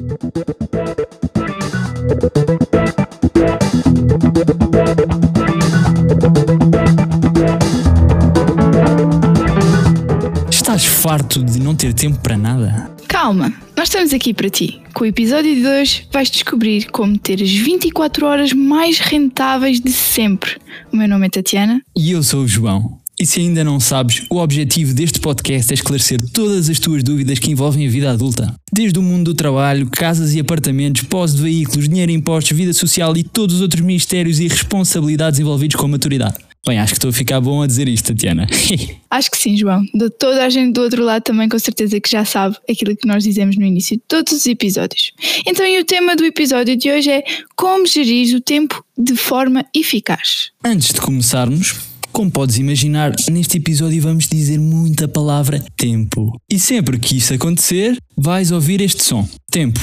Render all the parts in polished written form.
Estás farto de não ter tempo para nada? Calma, nós estamos aqui para ti. Com o episódio de hoje vais descobrir como ter as 24 horas mais rentáveis de sempre. O meu nome é Tatiana. E eu sou o João. E se ainda não sabes, o objetivo deste podcast é esclarecer todas as tuas dúvidas que envolvem a vida adulta. Desde o mundo do trabalho, casas e apartamentos, posse de veículos, dinheiro e impostos, vida social e todos os outros mistérios e responsabilidades envolvidos com a maturidade. Bem, acho que estou a ficar bom a dizer isto, Tatiana. Acho que sim, João. De toda a gente do outro lado também com certeza que já sabe aquilo que nós dizemos no início de todos os episódios. Então, e o tema do episódio de hoje é como gerir o tempo de forma eficaz. Antes de começarmos, como podes imaginar, neste episódio vamos dizer muita palavra tempo. E sempre que isso acontecer, vais ouvir este som. Tempo.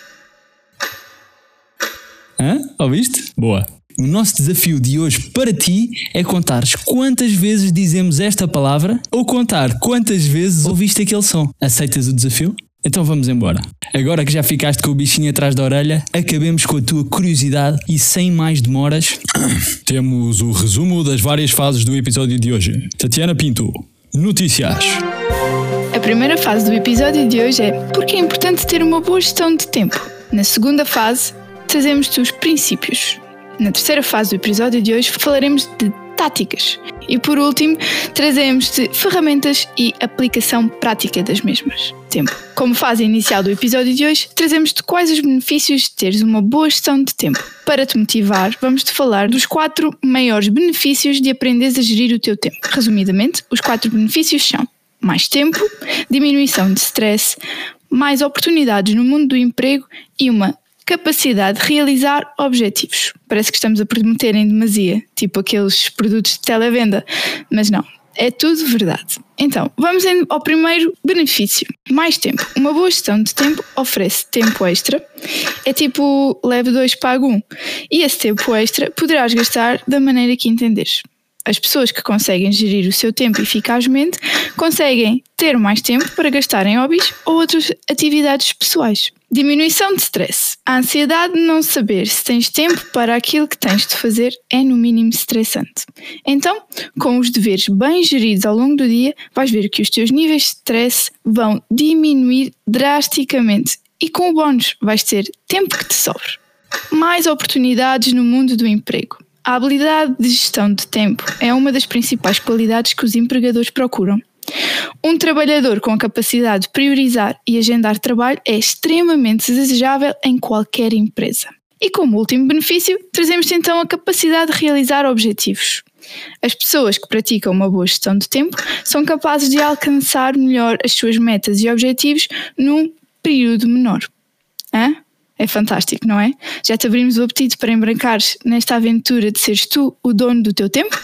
Hã? Ouviste? Boa. O nosso desafio de hoje para ti é contares quantas vezes dizemos esta palavra ou contar quantas vezes ouviste aquele som. Aceitas o desafio? Então vamos embora. Agora que já ficaste com o bichinho atrás da orelha, acabemos com a tua curiosidade e sem mais demoras, temos o resumo das várias fases do episódio de hoje. Tatiana Pinto, notícias. A primeira fase do episódio de hoje é porque é importante ter uma boa gestão de tempo. Na segunda fase, trazemos-te os princípios. Na terceira fase do episódio de hoje falaremos de táticas. E por último, trazemos-te ferramentas e aplicação prática das mesmas. Tempo. Como fase inicial do episódio de hoje, trazemos-te quais os benefícios de teres uma boa gestão de tempo. Para te motivar, vamos-te falar dos 4 maiores benefícios de aprenderes a gerir o teu tempo. Resumidamente, os 4 benefícios são mais tempo, diminuição de stress, mais oportunidades no mundo do emprego e uma capacidade de realizar objetivos. Parece que estamos a prometer em demasia, tipo aqueles produtos de televenda, mas não, é tudo verdade. Então, vamos ao primeiro benefício. Mais tempo. Uma boa gestão de tempo oferece tempo extra. É tipo, leve 2, pague 1. E esse tempo extra poderás gastar da maneira que entenderes. As pessoas que conseguem gerir o seu tempo eficazmente conseguem ter mais tempo para gastar em hobbies ou outras atividades pessoais. Diminuição de stress. A ansiedade de não saber se tens tempo para aquilo que tens de fazer é no mínimo estressante. Então, com os deveres bem geridos ao longo do dia, vais ver que os teus níveis de stress vão diminuir drasticamente e com o bónus vais ter tempo que te sobre. Mais oportunidades no mundo do emprego. A habilidade de gestão de tempo é uma das principais qualidades que os empregadores procuram. Um trabalhador com a capacidade de priorizar e agendar trabalho é extremamente desejável em qualquer empresa. E como último benefício, trazemos então a capacidade de realizar objetivos. As pessoas que praticam uma boa gestão de tempo são capazes de alcançar melhor as suas metas e objetivos num período menor. Hã? É fantástico, não é? Já te abrimos o apetite para embrancares nesta aventura de seres tu o dono do teu tempo?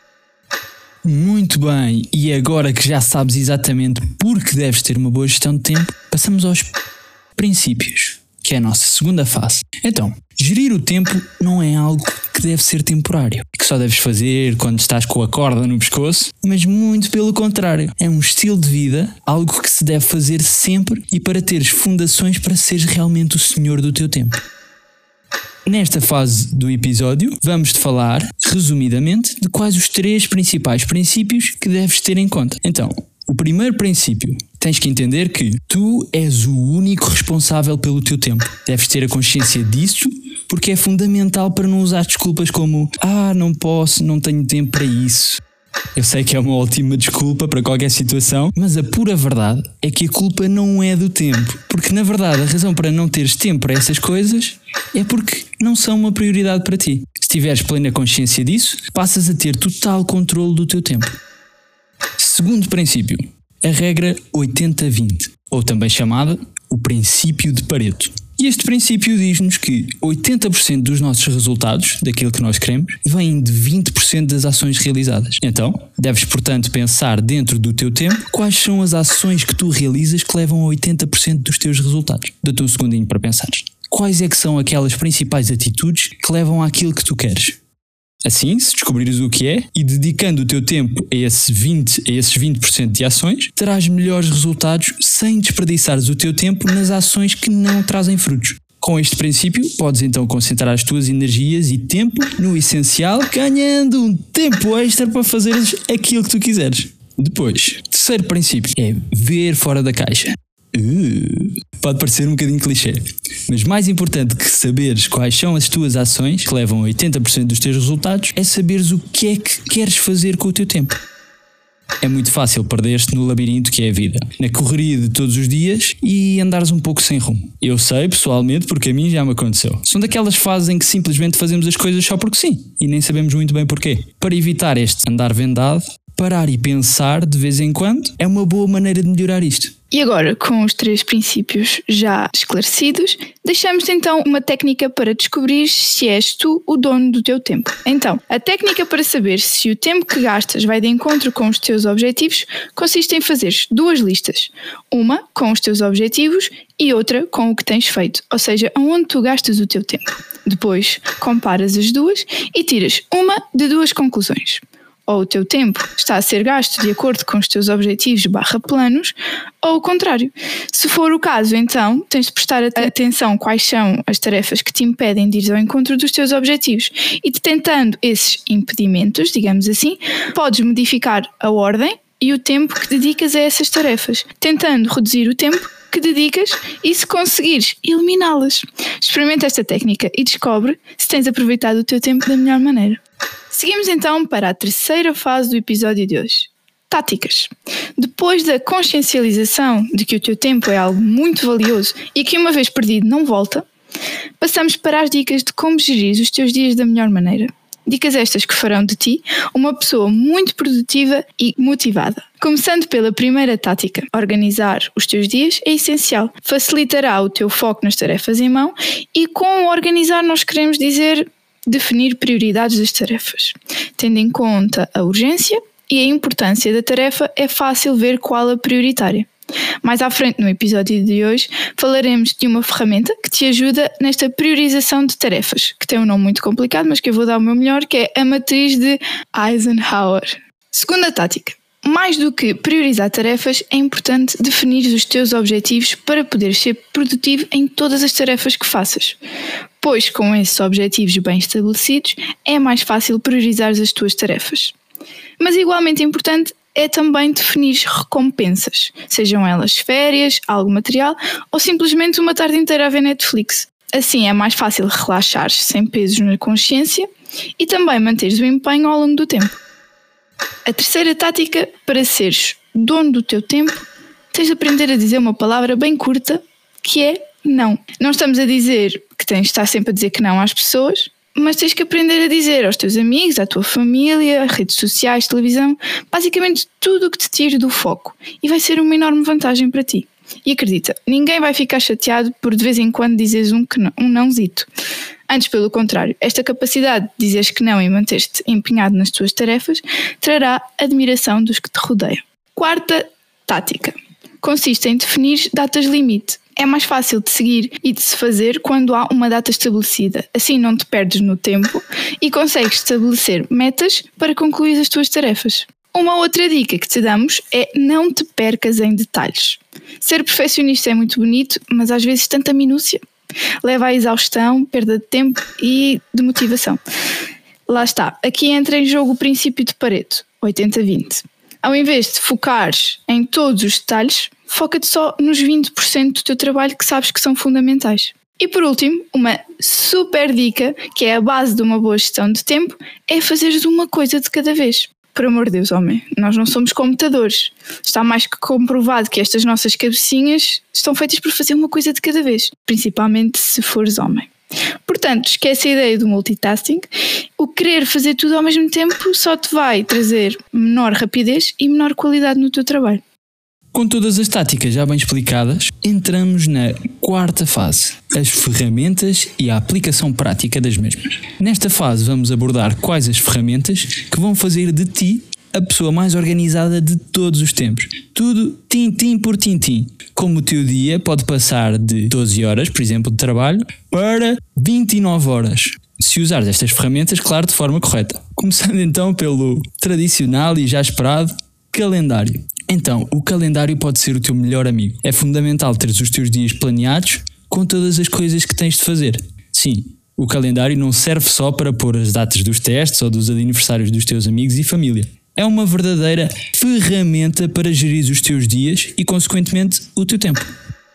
Muito bem, e agora que já sabes exatamente porque deves ter uma boa gestão de tempo, passamos aos princípios, que é a nossa segunda fase. Então, gerir o tempo não é algo que deve ser temporário, que só deves fazer quando estás com a corda no pescoço, mas muito pelo contrário. É um estilo de vida, algo que se deve fazer sempre e para teres fundações para seres realmente o senhor do teu tempo. Nesta fase do episódio, vamos-te falar, resumidamente, de quais os 3 principais princípios que deves ter em conta. Então, o primeiro princípio, tens que entender que tu és o único responsável pelo teu tempo. Deves ter a consciência disso, porque é fundamental para não usar desculpas como não posso, não tenho tempo para isso. Eu sei que é uma ótima desculpa para qualquer situação, mas a pura verdade é que a culpa não é do tempo. Porque na verdade a razão para não teres tempo para essas coisas é porque não são uma prioridade para ti. Se tiveres plena consciência disso, passas a ter total controle do teu tempo. Segundo princípio, a regra 80-20, ou também chamada o princípio de Pareto. E este princípio diz-nos que 80% dos nossos resultados, daquilo que nós queremos, vêm de 20% das ações realizadas. Então, deves, portanto, pensar dentro do teu tempo quais são as ações que tu realizas que levam a 80% dos teus resultados. Dou-te um segundinho para pensares. Quais é que são aquelas principais atitudes que levam àquilo que tu queres? Assim, se descobrires o que é e dedicando o teu tempo a esses 20% de ações, terás melhores resultados sem desperdiçares o teu tempo nas ações que não trazem frutos. Com este princípio, podes então concentrar as tuas energias e tempo no essencial, ganhando um tempo extra para fazeres aquilo que tu quiseres. Depois, terceiro princípio é ver fora da caixa. Pode parecer um bocadinho clichê, mas mais importante que saberes quais são as tuas ações que levam a 80% dos teus resultados é saberes o que é que queres fazer com o teu tempo. É muito fácil perder-te no labirinto que é a vida, na correria de todos os dias e andares um pouco sem rumo. Eu sei pessoalmente porque a mim já me aconteceu. São daquelas fases em que simplesmente fazemos as coisas só porque sim e nem sabemos muito bem porquê. Para evitar este andar vendado, parar e pensar de vez em quando é uma boa maneira de melhorar isto. E agora, com os 3 princípios já esclarecidos, deixamos então uma técnica para descobrir se és tu o dono do teu tempo. Então, a técnica para saber se o tempo que gastas vai de encontro com os teus objetivos consiste em fazer 2 listas. Uma com os teus objetivos e outra com o que tens feito, ou seja, aonde tu gastas o teu tempo. Depois, comparas as duas e tiras uma de 2 conclusões. Ou o teu tempo está a ser gasto de acordo com os teus objetivos/planos, ou o contrário. Se for o caso, então, tens de prestar atenção quais são as tarefas que te impedem de ir ao encontro dos teus objetivos. E detectando esses impedimentos, digamos assim, podes modificar a ordem e o tempo que dedicas a essas tarefas, tentando reduzir o tempo que dedicas e, se conseguires, eliminá-las. Experimenta esta técnica e descobre se tens aproveitado o teu tempo da melhor maneira. Seguimos então para a terceira fase do episódio de hoje. Táticas. Depois da consciencialização de que o teu tempo é algo muito valioso e que uma vez perdido não volta, passamos para as dicas de como gerir os teus dias da melhor maneira. Dicas estas que farão de ti uma pessoa muito produtiva e motivada. Começando pela primeira tática, organizar os teus dias é essencial. Facilitará o teu foco nas tarefas em mão e com organizar nós queremos dizer definir prioridades das tarefas. Tendo em conta a urgência e a importância da tarefa, é fácil ver qual a prioritária. Mais à frente no episódio de hoje falaremos de uma ferramenta que te ajuda nesta priorização de tarefas, que tem um nome muito complicado, mas que eu vou dar o meu melhor, que é a matriz de Eisenhower. Segunda tática. Mais do que priorizar tarefas, é importante definir os teus objetivos para poderes ser produtivo em todas as tarefas que faças. Pois, com esses objetivos bem estabelecidos, é mais fácil priorizar as tuas tarefas. Mas igualmente importante é também definir recompensas, sejam elas férias, algo material ou simplesmente uma tarde inteira a ver Netflix. Assim é mais fácil relaxar-se sem pesos na consciência e também manteres o empenho ao longo do tempo. A terceira tática para seres dono do teu tempo, tens de aprender a dizer uma palavra bem curta, que é não. Não estamos a dizer que tens de estar sempre a dizer que não às pessoas, mas tens que aprender a dizer aos teus amigos, à tua família, redes sociais, televisão, basicamente tudo o que te tire do foco, e vai ser uma enorme vantagem para ti. E acredita, ninguém vai ficar chateado por de vez em quando dizeres um nãozito. Antes, pelo contrário, esta capacidade de dizeres que não e manter-te empenhado nas tuas tarefas trará admiração dos que te rodeiam. Quarta tática. Consiste em definir datas limite. É mais fácil de seguir e de se fazer quando há uma data estabelecida. Assim não te perdes no tempo e consegues estabelecer metas para concluir as tuas tarefas. Uma outra dica que te damos é não te percas em detalhes. Ser perfeccionista é muito bonito, mas às vezes tanta minúcia leva à exaustão, perda de tempo e de motivação. Lá está, aqui entra em jogo o princípio de Pareto, 80-20. Ao invés de focares em todos os detalhes, foca-te só nos 20% do teu trabalho que sabes que são fundamentais. E por último, uma super dica, que é a base de uma boa gestão de tempo, é fazeres uma coisa de cada vez. Por amor de Deus, homem, nós não somos computadores. Está mais que comprovado que estas nossas cabecinhas estão feitas para fazer uma coisa de cada vez, principalmente se fores homem. Portanto, esquece a ideia do multitasking. O querer fazer tudo ao mesmo tempo só te vai trazer menor rapidez e menor qualidade no teu trabalho. Com todas as táticas já bem explicadas, entramos na quarta fase, as ferramentas e a aplicação prática das mesmas. Nesta fase vamos abordar quais as ferramentas que vão fazer de ti a pessoa mais organizada de todos os tempos. Tudo tintim por tintim. Como o teu dia pode passar de 12 horas, por exemplo, de trabalho, para 29 horas. se usares estas ferramentas, claro, de forma correta. Começando então pelo tradicional e já esperado calendário. Então, o calendário pode ser o teu melhor amigo. É fundamental teres os teus dias planeados com todas as coisas que tens de fazer. Sim, o calendário não serve só para pôr as datas dos testes ou dos aniversários dos teus amigos e família. É uma verdadeira ferramenta para gerir os teus dias e, consequentemente, o teu tempo.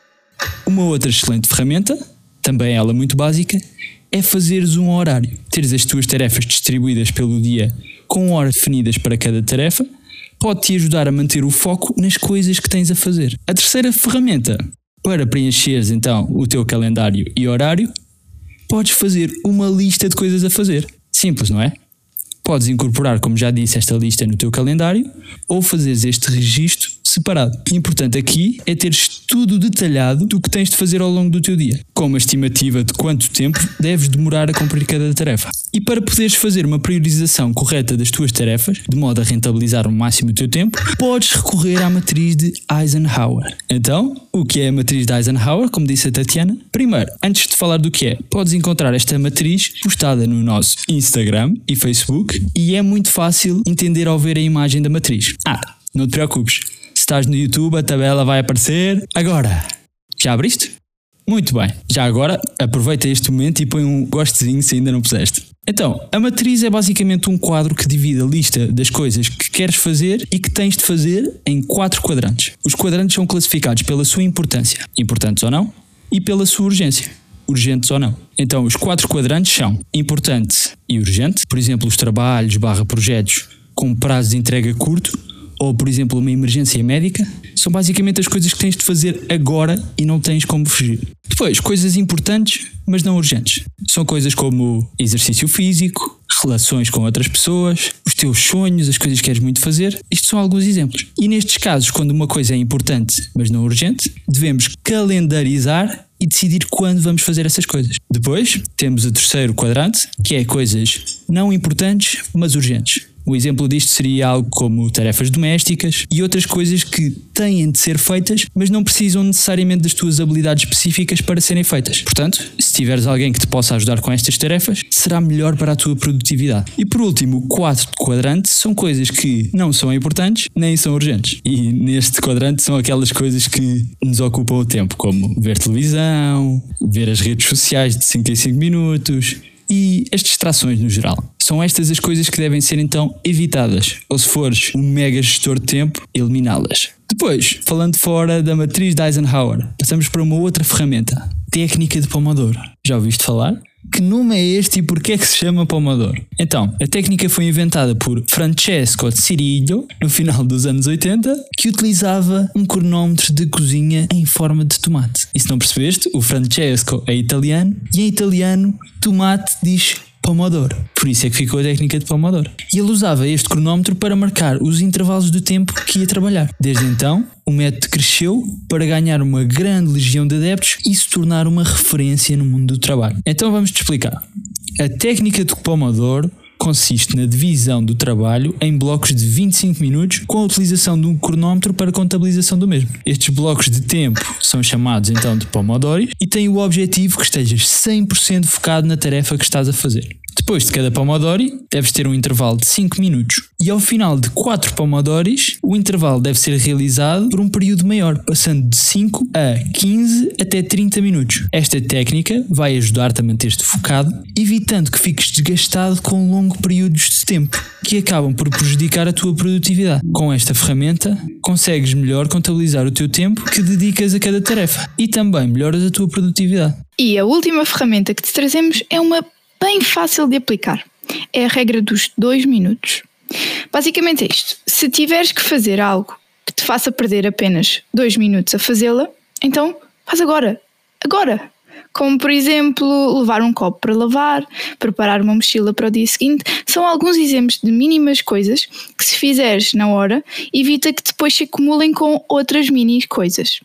Uma outra excelente ferramenta, também ela muito básica, é fazeres um horário. Teres as tuas tarefas distribuídas pelo dia com horas definidas para cada tarefa pode-te ajudar a manter o foco nas coisas que tens a fazer. A terceira ferramenta, para preencheres então o teu calendário e horário, podes fazer uma lista de coisas a fazer. Simples, não é? Podes incorporar, como já disse, esta lista no teu calendário ou fazeres este registro separado. O importante aqui é teres tudo detalhado do que tens de fazer ao longo do teu dia, com uma estimativa de quanto tempo deves demorar a cumprir cada tarefa. E para poderes fazer uma priorização correta das tuas tarefas, de modo a rentabilizar ao máximo o teu tempo, podes recorrer à matriz de Eisenhower. Então, o que é a matriz de Eisenhower, como disse a Tatiana? Primeiro, antes de falar do que é, podes encontrar esta matriz postada no nosso Instagram e Facebook e é muito fácil entender ao ver a imagem da matriz. Não te preocupes. Se estás no YouTube, a tabela vai aparecer agora. Já abriste? Muito bem. Já agora, aproveita este momento e põe um gostezinho se ainda não puseste. Então, a matriz é basicamente um quadro que divide a lista das coisas que queres fazer e que tens de fazer em 4 quadrantes. Os quadrantes são classificados pela sua importância, importantes ou não, e pela sua urgência, urgentes ou não. Então, os 4 quadrantes são importante e urgente, por exemplo, os trabalhos / projetos com prazo de entrega curto, ou, por exemplo, uma emergência médica, são basicamente as coisas que tens de fazer agora e não tens como fugir. Depois, coisas importantes, mas não urgentes. São coisas como exercício físico, relações com outras pessoas, os teus sonhos, as coisas que queres muito fazer. Isto são alguns exemplos. E nestes casos, quando uma coisa é importante, mas não urgente, devemos calendarizar e decidir quando vamos fazer essas coisas. Depois, temos o terceiro quadrante, que é coisas não importantes, mas urgentes. O exemplo disto seria algo como tarefas domésticas e outras coisas que têm de ser feitas, mas não precisam necessariamente das tuas habilidades específicas para serem feitas. Portanto, se tiveres alguém que te possa ajudar com estas tarefas, será melhor para a tua produtividade. E por último, o quarto quadrante são coisas que não são importantes nem são urgentes. E neste quadrante são aquelas coisas que nos ocupam o tempo, como ver televisão, ver as redes sociais de 5 em 5 minutos e as distrações no geral. São estas as coisas que devem ser então evitadas, ou se fores um mega gestor de tempo, eliminá-las. Depois, falando fora da matriz de Eisenhower, passamos para uma outra ferramenta, técnica de Pomodoro. Já ouviste falar? Que nome é este e porquê é que se chama Pomodoro? Então, a técnica foi inventada por Francesco Cirillo no final dos anos 80, que utilizava um cronómetro de cozinha em forma de tomate. E se não percebeste, o Francesco é italiano e em italiano tomate diz Pomodoro. Por isso é que ficou a técnica de Pomodoro. E ele usava este cronómetro para marcar os intervalos de tempo que ia trabalhar. Desde então, o método cresceu para ganhar uma grande legião de adeptos e se tornar uma referência no mundo do trabalho. Então vamos-te explicar. A técnica de Pomodoro consiste na divisão do trabalho em blocos de 25 minutos com a utilização de um cronómetro para contabilização do mesmo. Estes blocos de tempo são chamados então de Pomodoro e têm o objetivo que estejas 100% focado na tarefa que estás a fazer. Depois de cada Pomodoro, deves ter um intervalo de 5 minutos. E ao final de 4 Pomodoros, o intervalo deve ser realizado por um período maior, passando de 5 a 15 até 30 minutos. Esta técnica vai ajudar-te a manter-te focado, evitando que fiques desgastado com longos períodos de tempo, que acabam por prejudicar a tua produtividade. Com esta ferramenta, consegues melhor contabilizar o teu tempo que dedicas a cada tarefa e também melhoras a tua produtividade. E a última ferramenta que te trazemos é uma bem fácil de aplicar. É a regra dos 2 minutos. Basicamente é isto. Se tiveres que fazer algo que te faça perder apenas 2 minutos a fazê-la, então faz agora. Agora! Como, por exemplo, levar um copo para lavar, preparar uma mochila para o dia seguinte, são alguns exemplos de mínimas coisas que, se fizeres na hora, evita que depois se acumulem com outras mini coisas.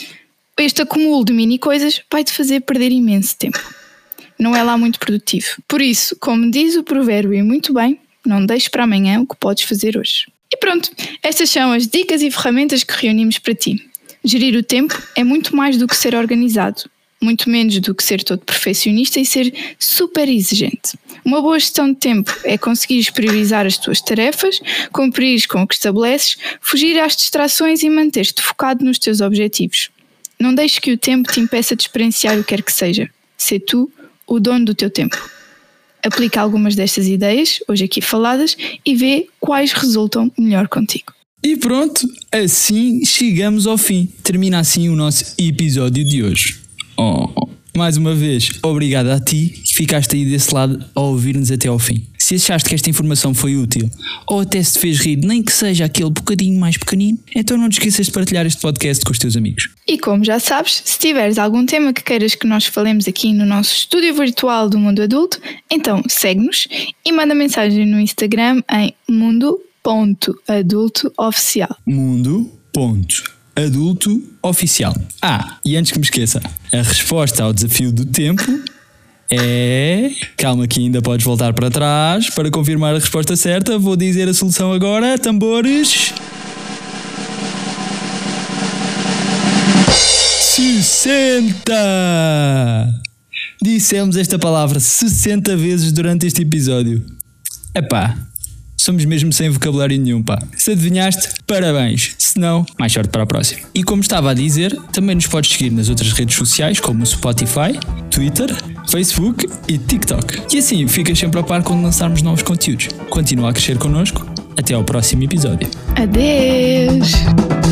Este acúmulo de mini coisas vai-te fazer perder imenso tempo. Não é lá muito produtivo. Por isso, como diz o provérbio e muito bem, não deixes para amanhã o que podes fazer hoje. E pronto, estas são as dicas e ferramentas que reunimos para ti. Gerir o tempo é muito mais do que ser organizado. muito menos do que ser todo perfeccionista e ser super exigente. Uma boa gestão de tempo é conseguires priorizar as tuas tarefas, cumprires com o que estabeleces, fugir às distrações e manter-te focado nos teus objetivos. Não deixes que o tempo te impeça de experienciar o que quer que seja. Sê tu o dono do teu tempo. Aplica algumas destas ideias, hoje aqui faladas, e vê quais resultam melhor contigo. E pronto, assim chegamos ao fim. Termina assim o nosso episódio de hoje. Mais uma vez, obrigado a ti que ficaste aí desse lado a ouvir-nos até ao fim. Se achaste que esta informação foi útil ou até se te fez rir, nem que seja aquele bocadinho mais pequenino, então não te esqueças de partilhar este podcast com os teus amigos. E como já sabes, se tiveres algum tema que queiras que nós falemos aqui no nosso estúdio virtual do Mundo Adulto, então segue-nos e manda mensagem no Instagram em mundo.adultooficial. Mundo.adultooficial. E antes que me esqueça, a resposta ao desafio do tempo é... Calma que ainda podes voltar para trás para confirmar a resposta certa. Vou dizer a solução agora. Tambores. 60! Dissemos esta palavra 60 vezes durante este episódio. Somos mesmo sem vocabulário nenhum, pá. Se adivinhaste, parabéns. Se não, mais sorte para a próxima. E como estava a dizer, também nos podes seguir nas outras redes sociais como o Spotify, Twitter, Facebook e TikTok. E assim ficas sempre a par quando lançarmos novos conteúdos. Continua a crescer connosco. Até ao próximo episódio. Adeus!